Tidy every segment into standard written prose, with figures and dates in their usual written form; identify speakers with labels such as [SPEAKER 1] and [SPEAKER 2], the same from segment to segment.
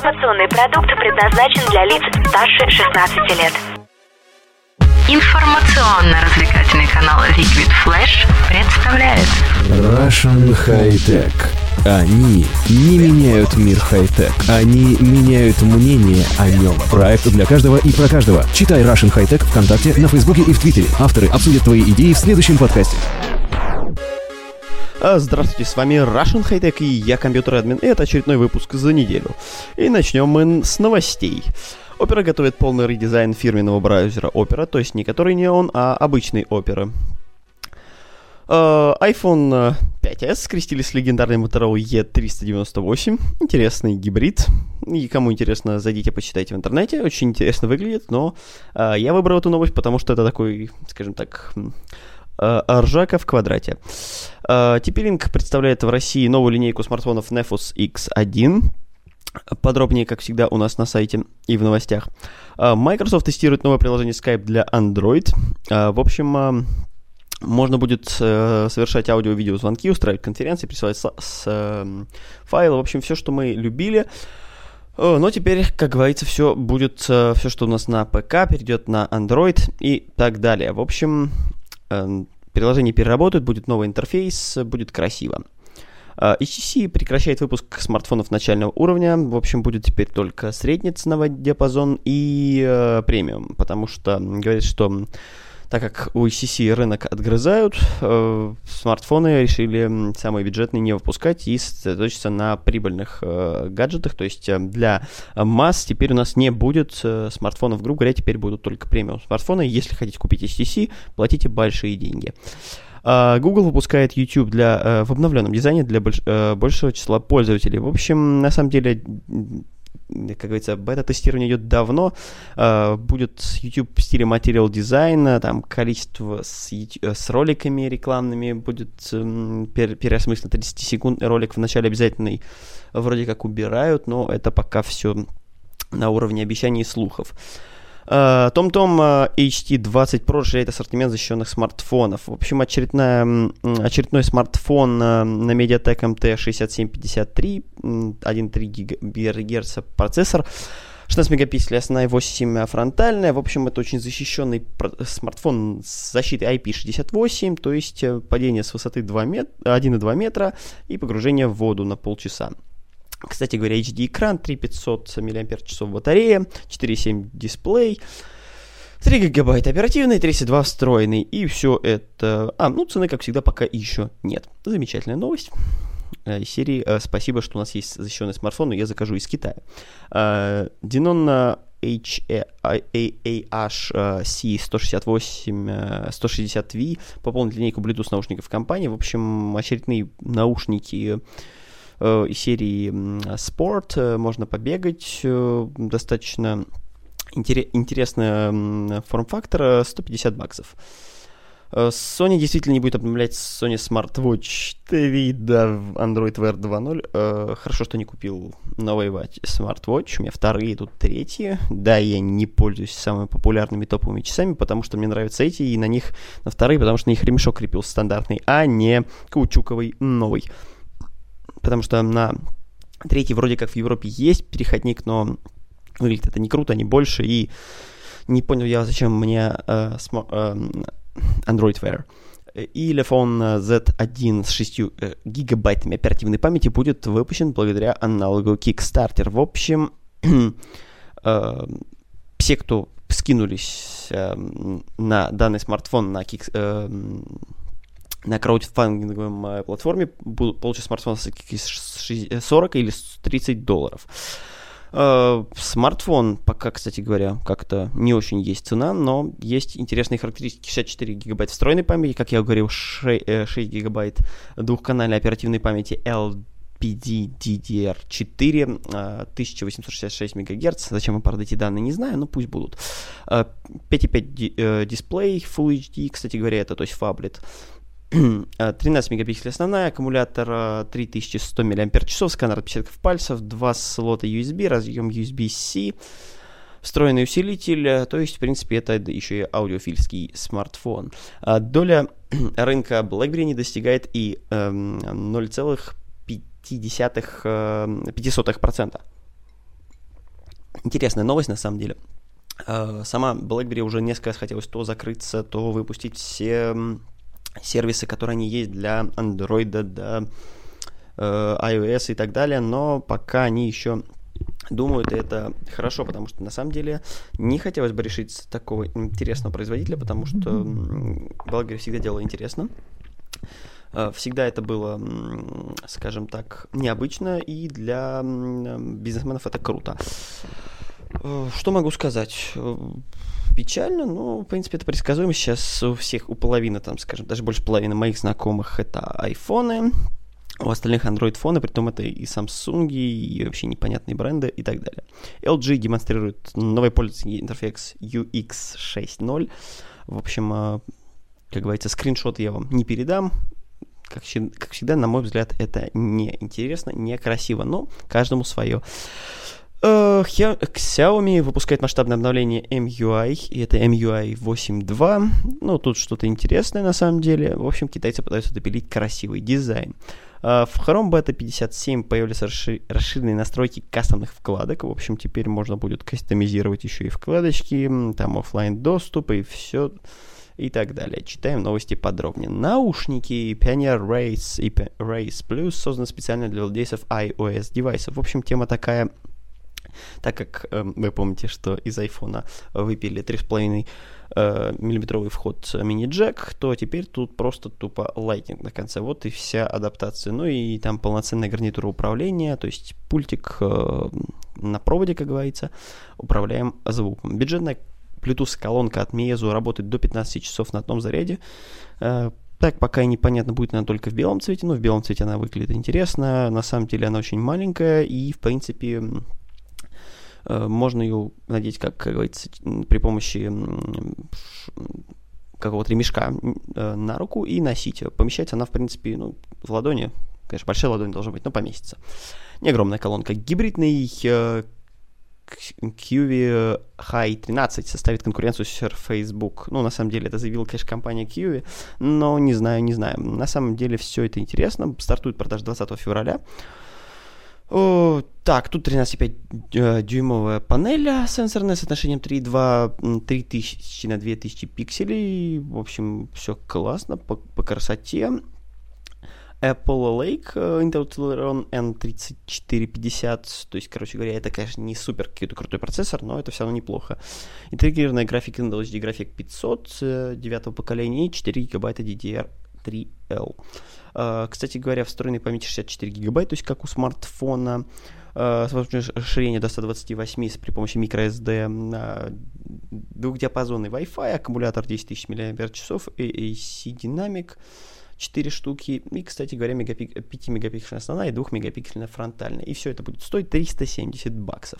[SPEAKER 1] Информационный продукт предназначен для лиц старше 16 лет. Информационно-развлекательный канал Liquid Flash представляет
[SPEAKER 2] Russian High-Tech. Они не меняют мир хай-тек, они меняют мнение о нем. Проект для каждого и про каждого. Читай Russian High-Tech ВКонтакте, на Фейсбуке и в Твиттере. Авторы обсудят твои идеи в следующем подкасте.
[SPEAKER 3] Здравствуйте, с вами Russian High-Tech и я, компьютер-админ, и это очередной выпуск за неделю. И начнем мы с новостей. Opera готовит полный редизайн фирменного браузера Opera, то есть не который Neon, а обычный Opera. iPhone 5s скрестили с легендарной Motorola E398. Интересный гибрид. И кому интересно, зайдите, почитайте в интернете. Очень интересно выглядит, но я выбрал эту новость, потому что это такой, скажем так, ржака в квадрате. TP-Link представляет в России новую линейку смартфонов Nefus X1. Подробнее, как всегда, у нас на сайте и в новостях. Microsoft тестирует новое приложение Skype для Android. В общем, можно будет совершать аудио-видеозвонки, устраивать конференции, присылать файлы. В общем, все, что мы любили. Но теперь, как говорится, все будет, все, что у нас на ПК, перейдет на Android и так далее. В общем, приложение переработают, будет новый интерфейс, будет красиво. HTC прекращает выпуск смартфонов начального уровня. В общем, будет теперь только средний ценовой диапазон и премиум, потому что говорят, что так как у HTC рынок отгрызают, смартфоны решили самые бюджетные не выпускать и сосредоточиться на прибыльных гаджетах. То есть для масс теперь у нас не будет смартфонов, грубо говоря, теперь будут только премиум смартфоны. Если хотите купить HTC, платите большие деньги. Google выпускает YouTube в обновленном дизайне для большего числа пользователей. В общем, на самом деле, как говорится, бета-тестирование идет давно. Будет YouTube в стиле материал дизайна, там количество с роликами рекламными будет переосмысленно. 30-секундный ролик в начале обязательный вроде как убирают, но это пока все на уровне обещаний и слухов. TomTom HT20 Pro расширяет ассортимент защищенных смартфонов. В общем, очередной смартфон на MediaTek MT6753, 1,3 ГГц процессор, 16 мегапикселей основная, 8 фронтальная. В общем, это очень защищенный смартфон с защитой IP68, то есть падение с высоты 1,2 метра и погружение в воду на полчаса. Кстати говоря, HD-экран, 3500 мАч батарея, 4,7 дисплей, 3 гигабайта оперативной, 32 встроенный, и все это... цены, как всегда, пока еще нет. Замечательная новость из серии «Спасибо, что у нас есть защищенный смартфон, но я закажу из Китая». Denon HAH-C160V пополнит линейку Bluetooth наушников компании. В общем, очередные наушники из серии Sport, можно побегать, достаточно интересный форм-фактор, $150. Sony действительно не будет обновлять Sony Smart Watch 3 до Android Wear 2.0. Хорошо, что не купил новый Smart Watch, у меня вторые, тут третьи. Да, я не пользуюсь самыми популярными топовыми часами, потому что мне нравятся эти, и на них, на вторые, потому что на них ремешок крепился стандартный, а не каучуковый новый. Потому что на третий вроде как в Европе есть переходник, но выглядит это не круто, не больше, и не понял я, зачем мне Android Wear. И Leafone Z1 с 6 гигабайтами оперативной памяти будет выпущен благодаря аналогу Kickstarter. В общем, все, кто скинулись на данный смартфон на краудфандинговой платформе, получат смартфон с 40 или $30. Смартфон пока, кстати говоря, как-то не очень есть цена, но есть интересные характеристики. 64 гигабайт встроенной памяти, как я говорил, 6 гигабайт двухканальной оперативной памяти LPDDR4, 1866 МГц. Зачем им, правда, эти данные, не знаю, но пусть будут. 5,5 дисплей Full HD, кстати говоря, это, то есть фаблет. 13 мегапикселей основная, аккумулятор 3100 мАч, сканер отпечатков пальцев, 2 слота USB, разъем USB-C, встроенный усилитель, то есть, в принципе, это еще и аудиофильский смартфон. Доля рынка BlackBerry не достигает и 0,5%. Интересная новость, на самом деле. Сама BlackBerry уже несколько раз хотелось то закрыться, то выпустить все сервисы, которые они есть для Android, для iOS и так далее, но пока они еще думают, и это хорошо, потому что на самом деле не хотелось бы решить такого интересного производителя, потому что BlackBerry всегда делала интересно. Всегда это было, скажем так, необычно, и для бизнесменов это круто. Что могу сказать? Печально, но, в принципе, это предсказуемо. Сейчас у половины, там, скажем, даже больше половины моих знакомых это айфоны, у остальных Android-фоны, притом это и Samsung, и вообще непонятные бренды и так далее. LG демонстрирует новый пользовательский интерфейс UX 6.0. В общем, как говорится, скриншот я вам не передам. Как всегда, на мой взгляд, это неинтересно, некрасиво, но каждому свое. Xiaomi выпускает масштабное обновление MIUI, и это MIUI 8.2. Ну, тут что-то интересное на самом деле. В общем, китайцы пытаются допилить красивый дизайн. В Chrome Beta 57 появились расширенные настройки кастомных вкладок. В общем, теперь можно будет кастомизировать еще и вкладочки, там офлайн доступ и все и так далее. Читаем новости подробнее. Наушники Pioneer Race и Race Plus созданы специально для владельцев iOS девайсов. В общем, тема такая. Так как вы помните, что из iPhone выпили 3,5 миллиметровый вход мини-джек, то теперь тут просто тупо Lightning на конце. Вот и вся адаптация. Ну и там полноценная гарнитура управления, то есть пультик на проводе, как говорится, управляем звуком. Бюджетная Bluetooth-колонка от Meizu работает до 15 часов на одном заряде. Так, пока и непонятно, будет она только в белом цвете, но в белом цвете она выглядит интересно. На самом деле она очень маленькая и, в принципе, можно ее надеть, как говорится, при помощи какого-то ремешка на руку и носить ее. Помещается она, в принципе, в ладони. Конечно, большая ладонь должна быть, но поместится. Не огромная колонка. Гибридный QV High 13 составит конкуренцию Surface Book. Ну, на самом деле, это заявила, конечно, компания QV, но не знаю. На самом деле, все это интересно. Стартует продажа 20 февраля. Так, тут 13,5 дюймовая панель сенсорная с соотношением 3,2, 3000 на 2000 пикселей. В общем, все классно по красоте. Apple Lake Intel Celeron N3450. То есть, короче говоря, это, конечно, не супер какой-то крутой процессор, но это все равно неплохо. Интегрированная графика Intel HD Graphic 500 9-го поколения и 4 гигабайта DDR3L. Кстати говоря, встроенной памяти 64 гигабайта, то есть как у смартфона, с возможностью расширения до 128 при помощи microSD, двухдиапазонный Wi-Fi, аккумулятор 10 тысяч мАч, AC динамик 4 штуки, и, кстати говоря, 5-мегапиксельная основная и 2-мегапиксельная фронтальная. И все это будет стоить $370.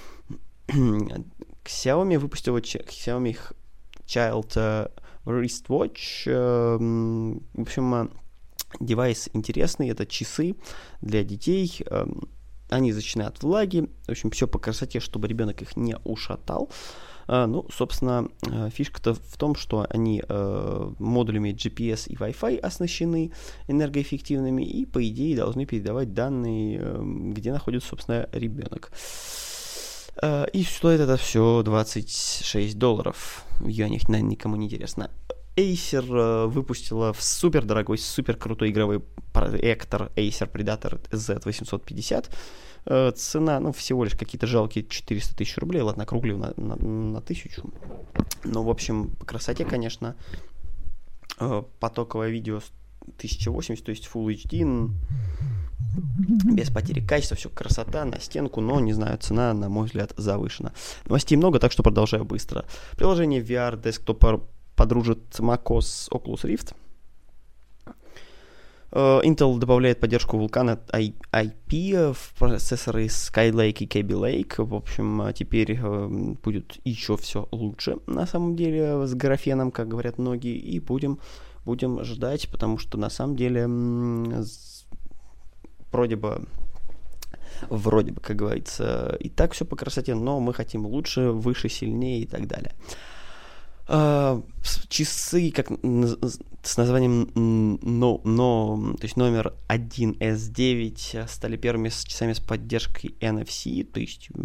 [SPEAKER 3] Xiaomi выпустила Xiaomi Child Wristwatch. В общем, девайс интересный, это часы для детей, они защищены от влаги, в общем, все по красоте, чтобы ребенок их не ушатал. Ну, собственно, фишка-то в том, что они модулями GPS и Wi-Fi оснащены энергоэффективными и, по идее, должны передавать данные, где находится, собственно, ребенок. И стоит это все $26. В юанях, наверное, никому не интересно. Acer выпустила супер дорогой, супер крутой игровой проектор Acer Predator Z850. Цена, всего лишь какие-то жалкие 400 тысяч рублей. Ладно, округлю на 1000. Но, в общем, по красоте, конечно, потоковое видео 1080, то есть Full HD, без потери качества, все красота, на стенку, но, не знаю, цена, на мой взгляд, завышена. Новостей много, так что продолжаю быстро. Приложение VR Desktop подружит macOS Oculus Rift. Intel добавляет поддержку Vulkan IP в процессоры Skylake и Kaby Lake. В общем, теперь будет еще все лучше, на самом деле, с графеном, как говорят многие, и будем ждать, потому что, на самом деле, вроде бы, как говорится, и так все по красоте, но мы хотим лучше, выше, сильнее и так далее. Часы с названием то есть номер 1S9 стали первыми часами с поддержкой NFC, то есть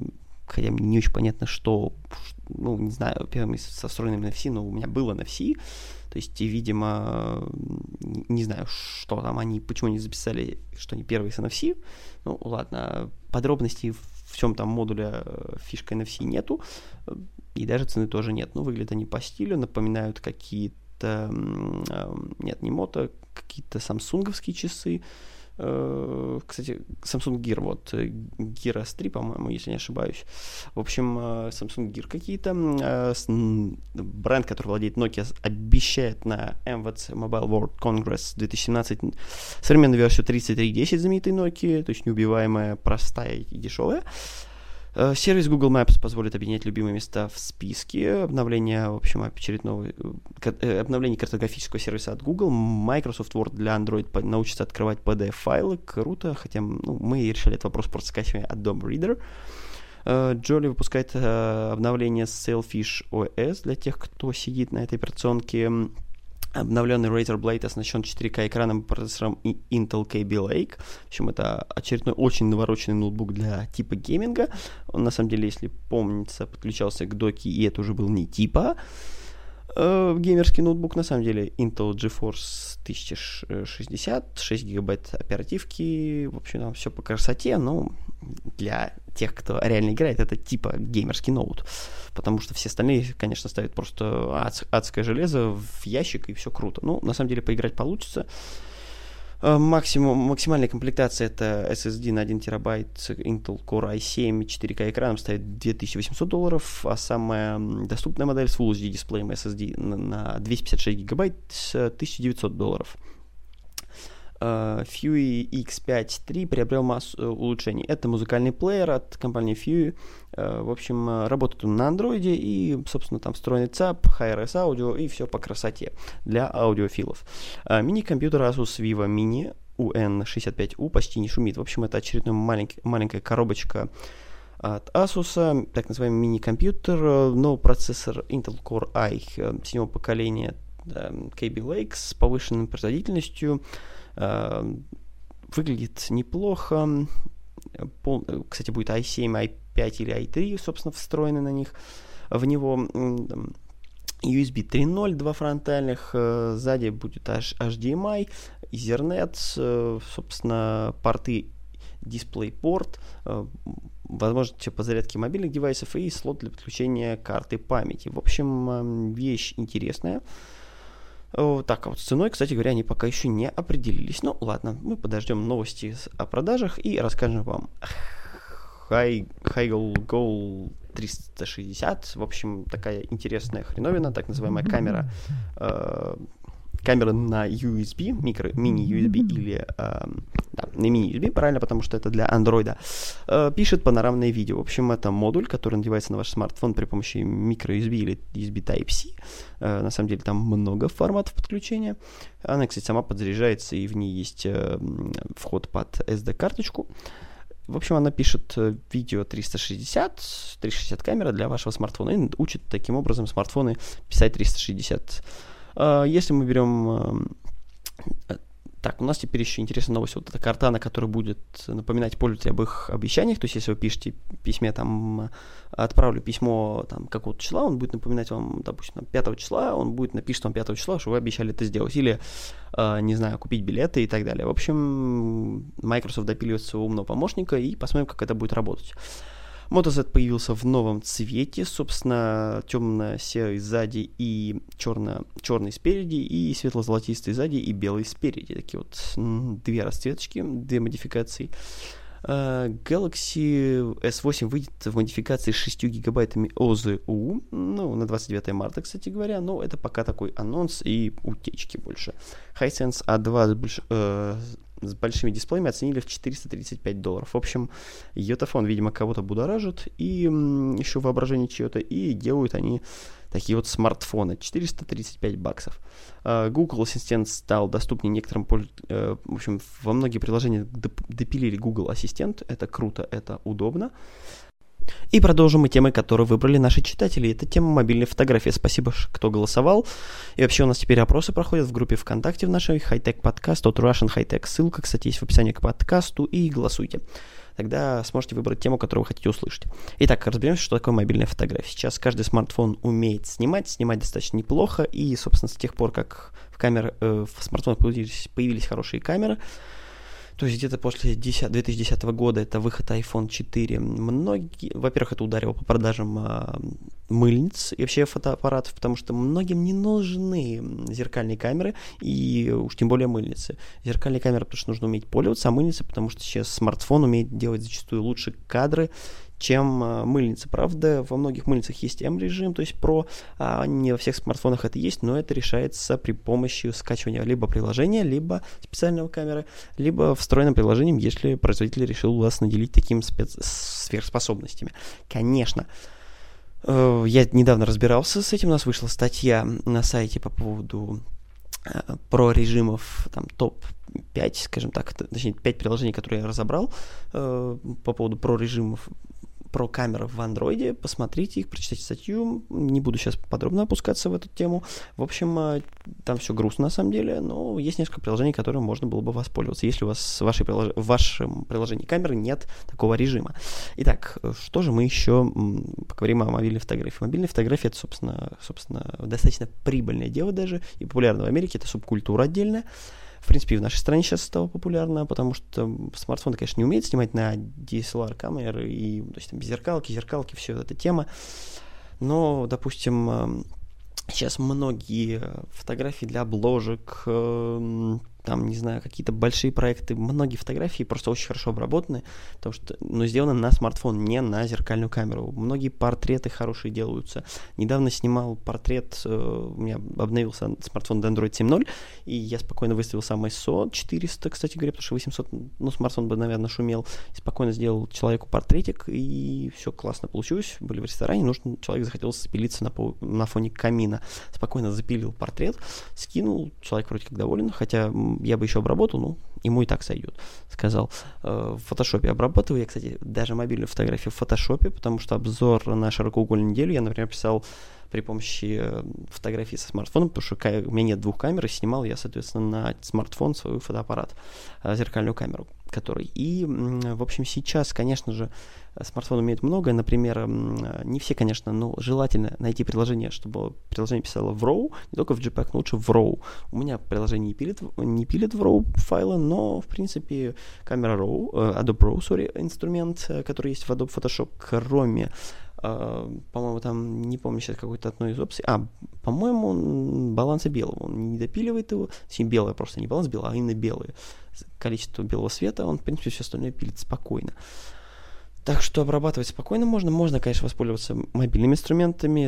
[SPEAKER 3] хотя мне не очень понятно, что, ну, не знаю, первым со встроенным NFC, но у меня было NFC, то есть, видимо, не знаю, что там они, почему они записали, что они первые с NFC, ну, ладно, подробностей в чем там модуля фишка NFC нету, и даже цены тоже нет, но выглядят они по стилю, напоминают какие-то, нет, не мото, какие-то самсунговские часы. Кстати, Samsung Gear, вот, Gear S3, по-моему, если не ошибаюсь. В общем, Samsung Gear какие-то. Бренд, который владеет Nokia, обещает на MWC Mobile World Congress 2017 современную версию 3310 знаменитой Nokia, то есть неубиваемая, простая и дешевая. Сервис Google Maps позволит объединять любимые места в списке. Обновление, в общем, обновление картографического сервиса от Google. Microsoft Word для Android научится открывать PDF-файлы. Круто, хотя мы решили этот вопрос просто скачивая от Adobe Reader. Jolly выпускает обновление Sailfish OS для тех, кто сидит на этой операционке. Обновленный Razer Blade оснащен 4К экраном и процессором Intel Kaby Lake. В общем, это очередной очень навороченный ноутбук для типа гейминга. Он, на самом деле, если помнится, подключался к доке, и это уже был не типа геймерский ноутбук. На самом деле, Intel GeForce 1060, 6 гигабайт оперативки. В общем, там все по красоте, но для тех, кто реально играет, это типа геймерский ноут. Потому что все остальные, конечно, ставят просто адское железо в ящик, и все круто. Ну, на самом деле, поиграть получится. Максимальная комплектация — это SSD на 1 терабайт, Intel Core i7, 4К экраном стоит $2800, а самая доступная модель с Full HD дисплеем SSD на 256 гигабайт $1900. Fui X5 III приобрел массу улучшений. Это музыкальный плеер от компании Fui. В общем, работает он на андроиде, и, собственно, там встроенный ЦАП, Hi-Res аудио, и все по красоте для аудиофилов. Мини-компьютер Asus Vivo Mini UN65U почти не шумит. В общем, это очередная маленькая коробочка от Asus, так называемый мини-компьютер, но процессор Intel Core i 7 поколения Kaby Lake с повышенной производительностью. Выглядит неплохо. Кстати, будет i7, i5 или i3, собственно, встроены на них. В него USB 3.0, два фронтальных, сзади будет HDMI, Ethernet, собственно, порты DisplayPort, возможность по зарядке мобильных девайсов и слот для подключения карты памяти. В общем, вещь интересная. Так, а вот с ценой, кстати говоря, они пока еще не определились. Ну, ладно, мы подождем новости о продажах и расскажем вам High-Goal 360. В общем, такая интересная хреновина, так называемая камера на USB, мини-USB или на мини-USB, правильно, потому что это для андроида, пишет панорамное видео. В общем, это модуль, который надевается на ваш смартфон при помощи micro-USB или USB Type-C. На самом деле там много форматов подключения. Она, кстати, сама подзаряжается, и в ней есть вход под SD-карточку. В общем, она пишет видео 360 камера для вашего смартфона и учит таким образом смартфоны писать 360. Если мы берем... Так, у нас теперь еще интересная новость. Вот эта Cortana, которая будет напоминать пользователю об их обещаниях. То есть, если вы пишете в письме, там, отправлю письмо там, какого-то числа, он будет напоминать вам, допустим, 5 числа, он будет напишет вам 5 числа, что вы обещали это сделать. Или, не знаю, купить билеты и так далее. В общем, Microsoft допиливает своего умного помощника, и посмотрим, как это будет работать. Moto Z появился в новом цвете, собственно, темно-серый сзади и черный спереди, и светло-золотистый сзади и белый спереди. Такие вот две расцветочки, две модификации. Galaxy S8 выйдет в модификации с 6 гигабайтами ОЗУ, ну, на 29 марта, кстати говоря, но это пока такой анонс и утечки больше. Hisense A2 с большими дисплеями оценили в $435. В общем, йотафон, видимо, кого-то будоражит, и еще воображение чье-то, и делают они такие вот смартфоны. $435. Google Ассистент стал доступнее некоторым пользователям. В общем, во многие приложения допилили Google Ассистент. Это круто, это удобно. И продолжим мы темы, которые выбрали наши читатели. Это тема мобильной фотографии. Спасибо, кто голосовал. И вообще у нас теперь опросы проходят в группе ВКонтакте в нашей High-Tech подкаст от Russian High-Tech. Ссылка, кстати, есть в описании к подкасту. И голосуйте. тогда сможете выбрать тему, которую вы хотите услышать. Итак, разберемся, что такое мобильная фотография. Сейчас каждый смартфон умеет снимать достаточно неплохо, и, собственно, с тех пор, как в смартфонах появились хорошие камеры, то есть где-то после 2010 года это выход iPhone 4. Во-первых, это ударило по продажам мыльниц и вообще фотоаппаратов, потому что многим не нужны зеркальные камеры и уж тем более мыльницы. Зеркальные камеры, потому что нужно уметь пользоваться, а мыльницы, потому что сейчас смартфон умеет делать зачастую лучше кадры, чем мыльница. Правда, во многих мыльницах есть M-режим, то есть Pro, а не во всех смартфонах это есть, но это решается при помощи скачивания либо приложения, либо специального камеры, либо встроенным приложением, если производитель решил вас наделить такими сверхспособностями. Конечно, я недавно разбирался с этим, у нас вышла статья на сайте по поводу про режимов, там, топ-5, скажем так, точнее, 5 приложений, которые я разобрал по поводу про режимов, про камеры в андроиде. Посмотрите их, прочитайте статью. Не буду сейчас подробно опускаться в эту тему. В общем, там все грустно на самом деле, но есть несколько приложений, которыми можно было бы воспользоваться, если у вас в вашем приложении камеры нет такого режима. Итак, что же мы еще поговорим о мобильной фотографии? Мобильная фотография — это, собственно, достаточно прибыльное дело даже, и популярно в Америке, это субкультура отдельная. В принципе, и в нашей стране сейчас стало популярно, потому что смартфоны, конечно, не умеют снимать на DSLR-камеры, и, то есть, там, без зеркалки, все эта тема. Но, допустим, сейчас многие фотографии для обложек, там, не знаю, какие-то большие проекты, многие фотографии просто очень хорошо обработаны, потому что, сделаны на смартфон, не на зеркальную камеру. Многие портреты хорошие делаются. Недавно снимал портрет, у меня обновился смартфон до Android 7.0, и я спокойно выставил сам ISO 400, кстати говоря, потому что 800, смартфон бы, наверное, шумел. И спокойно сделал человеку портретик, и все классно получилось. Были в ресторане, человек захотел запилиться на фоне камина. Спокойно запилил портрет, скинул, человек вроде как доволен, хотя я бы еще обработал, ему и так сойдет, сказал. В фотошопе обрабатываю я, кстати, даже мобильную фотографию в фотошопе, потому что обзор на широкоугольную неделю я, например, писал при помощи фотографии со смартфоном, потому что у меня нет двух камер, и снимал я, соответственно, на смартфон свой фотоаппарат, зеркальную камеру, который. И, в общем, сейчас, конечно же, смартфон умеет многое. Например, не все, конечно, но желательно найти приложение, чтобы приложение писало в RAW, не только в JPEG, но лучше в RAW. У меня приложение не пилит в RAW файлы, но, в принципе, камера RAW, Adobe RAW, инструмент, который есть в Adobe Photoshop, кроме, по-моему, там, не помню сейчас какой-то одной из опций. По-моему, баланса белого. Он не допиливает его. Точнее, белое просто, не баланс белого, а именно белое. Количество белого света, он, в принципе, все остальное пилит спокойно. Так что обрабатывать спокойно можно. Можно, конечно, воспользоваться мобильными инструментами,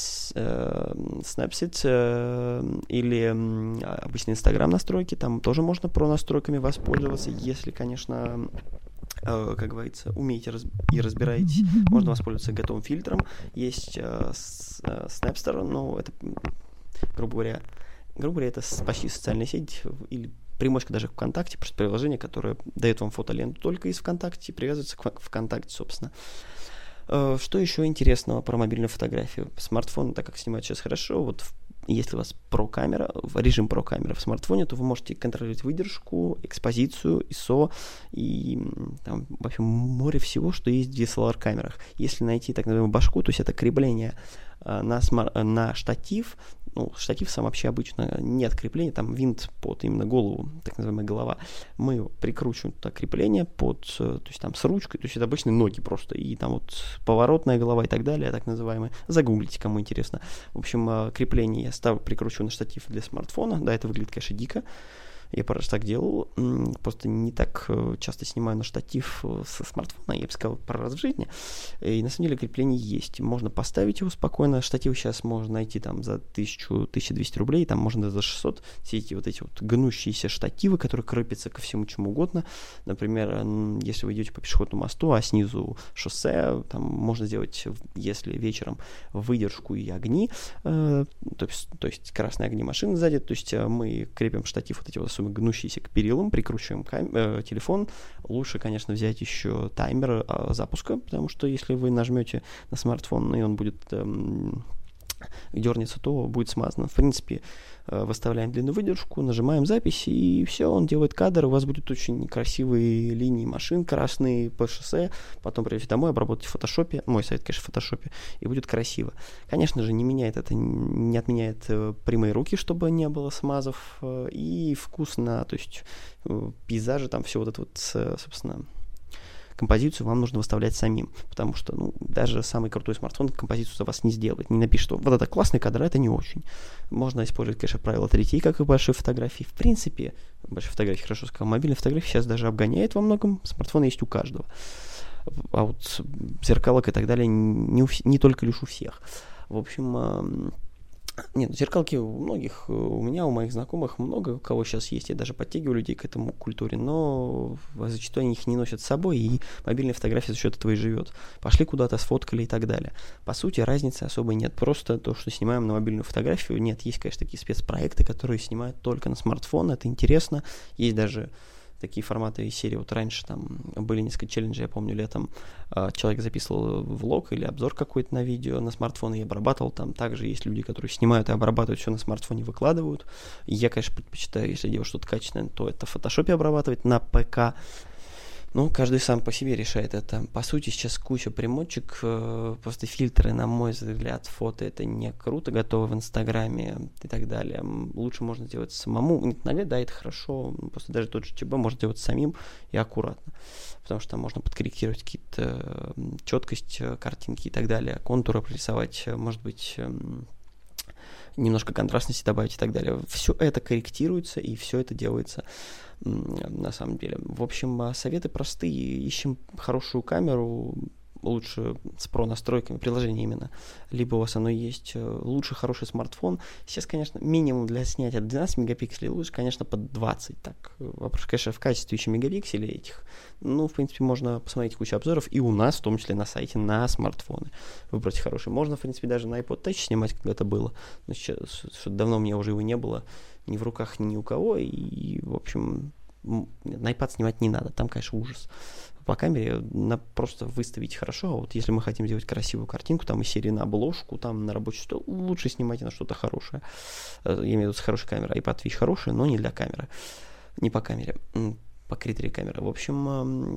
[SPEAKER 3] Snapseed или обычные Instagram настройки. Там тоже можно про настройками воспользоваться, если, конечно, как говорится, умеете и разбираетесь. Можно воспользоваться готовым фильтром. Есть Snapster, но это, грубо говоря, это почти социальная сеть или примочка даже ВКонтакте, просто приложение, которое дает вам фотоленту только из ВКонтакте и привязывается к ВКонтакте, собственно. Что еще интересного про мобильную фотографию? Смартфон, так как снимает сейчас хорошо, если у вас режим про-камера в смартфоне, то вы можете контролировать выдержку, экспозицию, ISO и там вообще море всего, что есть в DSLR-камерах. Если найти так называемую башку, то есть это крепление на штатив, штатив сам вообще обычно нет крепления, там винт под именно голову, так называемая голова. Мы прикручиваем туда крепление то есть там с ручкой, то есть это обычные ноги просто, и там поворотная голова и так далее, так называемые. Загуглите, кому интересно. В общем, крепление я прикручиваю на штатив для смартфона. Да, это выглядит, конечно, дико. Я пару раз так делал, просто не так часто снимаю на штатив со смартфона, я бы сказал, пару раз в жизни. И на самом деле крепление есть. Можно поставить его спокойно. Штатив сейчас можно найти там за 1000-1200 рублей, там можно за 600. Все эти гнущиеся штативы, которые крепятся ко всему чему угодно. Например, если вы идете по пешеходному мосту, а снизу шоссе, там можно сделать, если вечером, выдержку и огни, то есть красные огни машины сзади, то есть мы крепим штатив гнущийся к перилам, прикручиваем телефон. Лучше, конечно, взять еще таймер запуска, потому что если вы нажмете на смартфон, и он будет дернется, то будет смазано. В принципе, выставляем длинную выдержку, нажимаем запись, и все, он делает кадр, у вас будут очень красивые линии машин красные по шоссе, потом придете домой, обработайте в фотошопе, мой совет, конечно, в фотошопе, и будет красиво. Конечно же, не отменяет прямые руки, чтобы не было смазов, и вкусно, то есть пейзажи, там все вот это вот, собственно, композицию вам нужно выставлять самим, потому что, даже самый крутой смартфон композицию за вас не сделает, не напишет, что вот это классный кадр, это не очень. Можно использовать, конечно, правило 3, как и большие фотографии. В принципе, большие фотографии, хорошо сказал, мобильные фотографии сейчас даже обгоняет во многом, смартфоны есть у каждого. А вот зеркалок и так далее не только лишь у всех. В общем, нет, зеркалки у многих, у меня, у моих знакомых много у кого сейчас есть, я даже подтягиваю людей к этому культуре, но зачастую они их не носят с собой, и мобильная фотография за счет этого и живет. Пошли куда-то, сфоткали и так далее. По сути, разницы особой нет, просто то, что снимаем на мобильную фотографию, нет, есть, конечно, такие спецпроекты, которые снимают только на смартфон, это интересно, есть даже такие форматы из серии, вот раньше там были несколько челленджей, я помню, летом человек записывал влог или обзор какой-то на видео на смартфон и обрабатывал, там также есть люди, которые снимают и обрабатывают все на смартфоне, выкладывают. Я, конечно, предпочитаю, если делать что-то качественное, то это в фотошопе обрабатывать на ПК. Каждый сам по себе решает это. По сути, сейчас куча примочек, просто фильтры, на мой взгляд, фото это не круто, готовы в Инстаграме и так далее. Лучше можно сделать самому. Иногда, да, это хорошо, просто даже тот же ЧБ можно делать самим и аккуратно, потому что там можно подкорректировать какие-то четкость картинки и так далее, контуры прорисовать, может быть, немножко контрастности добавить и так далее. Все это корректируется, и все это делается на самом деле. В общем, советы простые. Ищем хорошую камеру, лучше с про-настройками, приложение именно. Либо у вас оно есть, лучше хороший смартфон. Сейчас, конечно, минимум для снятия 12 мегапикселей, лучше, конечно, под 20. Так, вопрос, конечно, в качестве еще мегапикселей этих. В принципе, можно посмотреть кучу обзоров, и у нас, в том числе на сайте, на смартфоны. Выбрать хороший. Можно, в принципе, даже на iPod Touch снимать, когда это было. Но сейчас, что давно у меня уже его не было, ни в руках, ни у кого, и, в общем, на iPad снимать не надо, там, конечно, ужас. По камере просто выставить хорошо, а вот если мы хотим сделать красивую картинку, там из серии на обложку, там на рабочую, то лучше снимайте на что-то хорошее. Я имею в виду с хорошей камерой. iPad вещь хорошая, но не для камеры. Не по камере, по критерии камеры. В общем,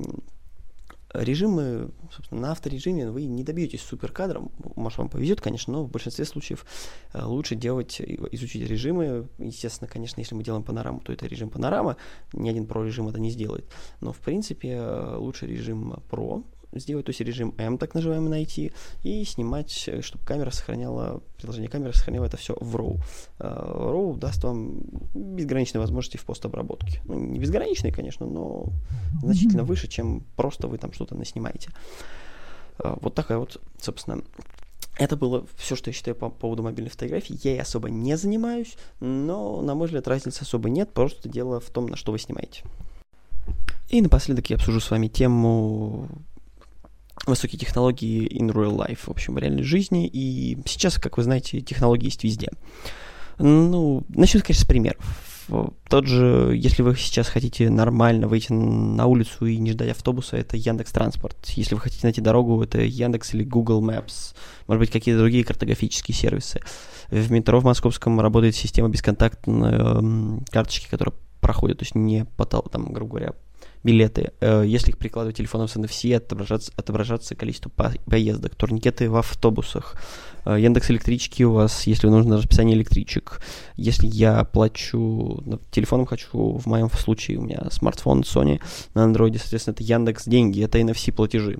[SPEAKER 3] режимы, собственно, на авторежиме вы не добьетесь суперкадром, может, вам повезет, конечно, но в большинстве случаев лучше изучить режимы. Естественно, конечно, если мы делаем панораму, то это режим панорама, ни один Pro режим это не сделает, но в принципе лучше режим Pro сделать, то есть режим M, так называемый, найти, и снимать, чтобы приложение камеры сохраняло это все в RAW. RAW даст вам безграничные возможности в постобработке. Не безграничные, конечно, но значительно выше, чем просто вы там что-то наснимаете. Вот такая вот, собственно, это было все, что я считаю по поводу мобильной фотографии. Я ей особо не занимаюсь, но, на мой взгляд, разницы особо нет, просто дело в том, на что вы снимаете. И напоследок я обсужу с вами тему высокие технологии in real life, в общем, в реальной жизни. И сейчас, как вы знаете, технологии есть везде. Начну, конечно, с примеров. Тот же, если вы сейчас хотите нормально выйти на улицу и не ждать автобуса, это Яндекс.Транспорт. Если вы хотите найти дорогу, это Яндекс или Google Maps. Может быть, какие-то другие картографические сервисы. В метро в московском работает система бесконтактной карточки, которая проходит, то есть не там, грубо говоря, билеты. Если их прикладывать телефоном с NFC, отображаться количество поездок, турникеты в автобусах, Яндекс электрички у вас, если нужно расписание электричек. Если я плачу телефоном, хочу, в моем случае у меня смартфон Sony на Android, соответственно, это Яндекс деньги, это NFC платежи.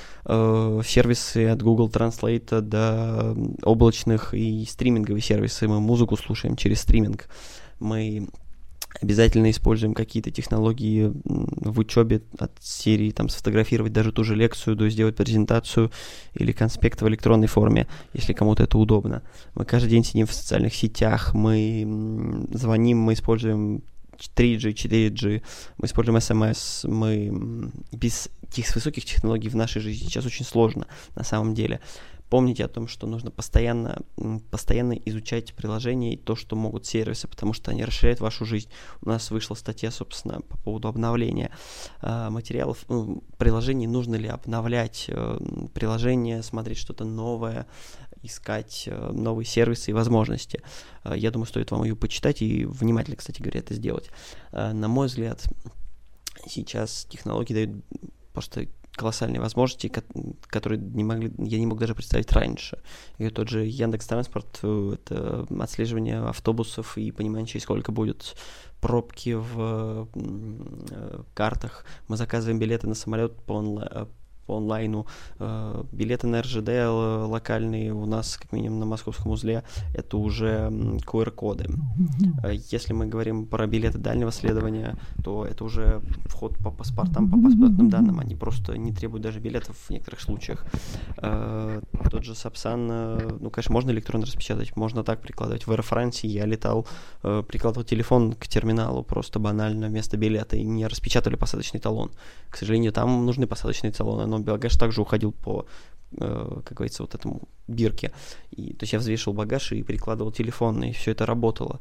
[SPEAKER 3] Сервисы от Google Translate до облачных и стриминговые сервисы. Мы музыку слушаем через стриминг. Мы обязательно используем какие-то технологии в учебе от серии, там, сфотографировать даже ту же лекцию, сделать презентацию или конспект в электронной форме, если кому-то это удобно. Мы каждый день сидим в социальных сетях, мы звоним, мы используем 3G, 4G, мы используем SMS, мы без этих высоких технологий в нашей жизни сейчас очень сложно на самом деле. Помните о том, что нужно постоянно изучать приложения и то, что могут сервисы, потому что они расширяют вашу жизнь. У нас вышла статья, собственно, по поводу обновления материалов. Приложений нужно ли обновлять приложение, смотреть что-то новое искать новые сервисы и возможности. Я думаю, стоит вам ее почитать и внимательно, кстати говоря, это сделать. На мой взгляд, сейчас технологии дают просто колоссальные возможности, которые я не мог даже представить раньше. И тот же Яндекс.Транспорт, это отслеживание автобусов и понимание, через сколько будет пробки в картах. Мы заказываем билеты на самолет по онлайну, билеты на РЖД локальные у нас, как минимум на московском узле, это уже QR-коды. Если мы говорим про билеты дальнего следования, то это уже вход по паспортам, по паспортным данным, они просто не требуют даже билетов в некоторых случаях. Тот же Сапсан, конечно, можно электронно распечатать, можно так прикладывать. В Air France я летал, прикладывал телефон к терминалу просто банально вместо билета и не распечатали посадочный талон. К сожалению, там нужны посадочные талоны, но багаж также уходил по, как говорится, вот этому бирке. То есть я взвешивал багаж и перекладывал телефон, и все это работало.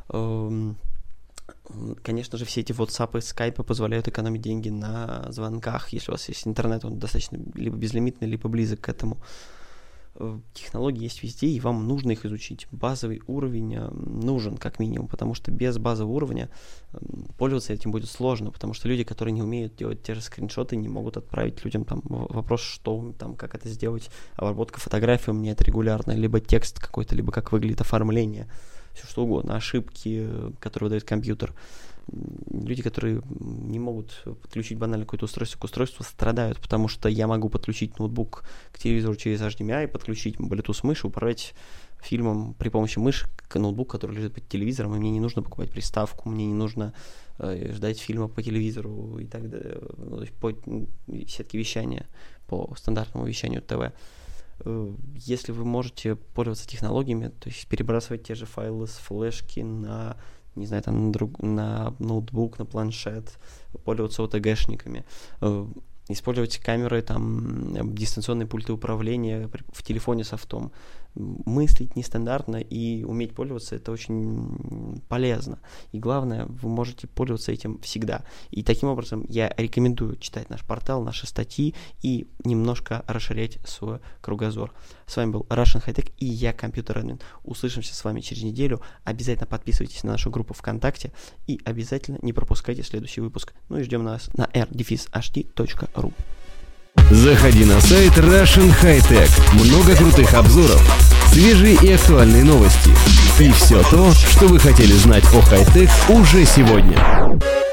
[SPEAKER 3] Конечно же, все эти WhatsApp и Skype позволяют экономить деньги на звонках, если у вас есть интернет, он достаточно либо безлимитный, либо близок к этому. Технологии есть везде, и вам нужно их изучить. Базовый уровень нужен, как минимум, потому что без базового уровня пользоваться этим будет сложно, потому что люди, которые не умеют делать те же скриншоты, не могут отправить людям там вопрос, что там, как это сделать, обработка фотографий у меня это регулярно, либо текст какой-то, либо как выглядит оформление, все что угодно, ошибки, которые выдает компьютер. Люди, которые не могут подключить банально какое-то устройство к устройству, страдают, потому что я могу подключить ноутбук к телевизору через HDMI, подключить Bluetooth мышь и управлять фильмом при помощи мыши к ноутбуку, который лежит под телевизором, и мне не нужно покупать приставку, мне не нужно ждать фильма по телевизору и так далее, то есть по сетке вещания, по стандартному вещанию ТВ. Если вы можете пользоваться технологиями, то есть перебрасывать те же файлы с флешки на, не знаю, там на ноутбук, на планшет, пользоваться OTG-шниками, использовать камеры, там, дистанционные пульты управления в телефоне софтом. Мыслить нестандартно и уметь пользоваться — это очень полезно. И главное, вы можете пользоваться этим всегда. И таким образом я рекомендую читать наш портал, наши статьи и немножко расширять свой кругозор. С вами был Russian High Tech и я, компьютер-админ. Услышимся с вами через неделю. Обязательно подписывайтесь на нашу группу ВКонтакте и обязательно не пропускайте следующий выпуск. Ну и ждем нас на r-hd.ru.
[SPEAKER 2] Заходи на сайт Russian High Tech. Много крутых обзоров, свежие и актуальные новости. И все то, что вы хотели знать о хай-тек уже сегодня.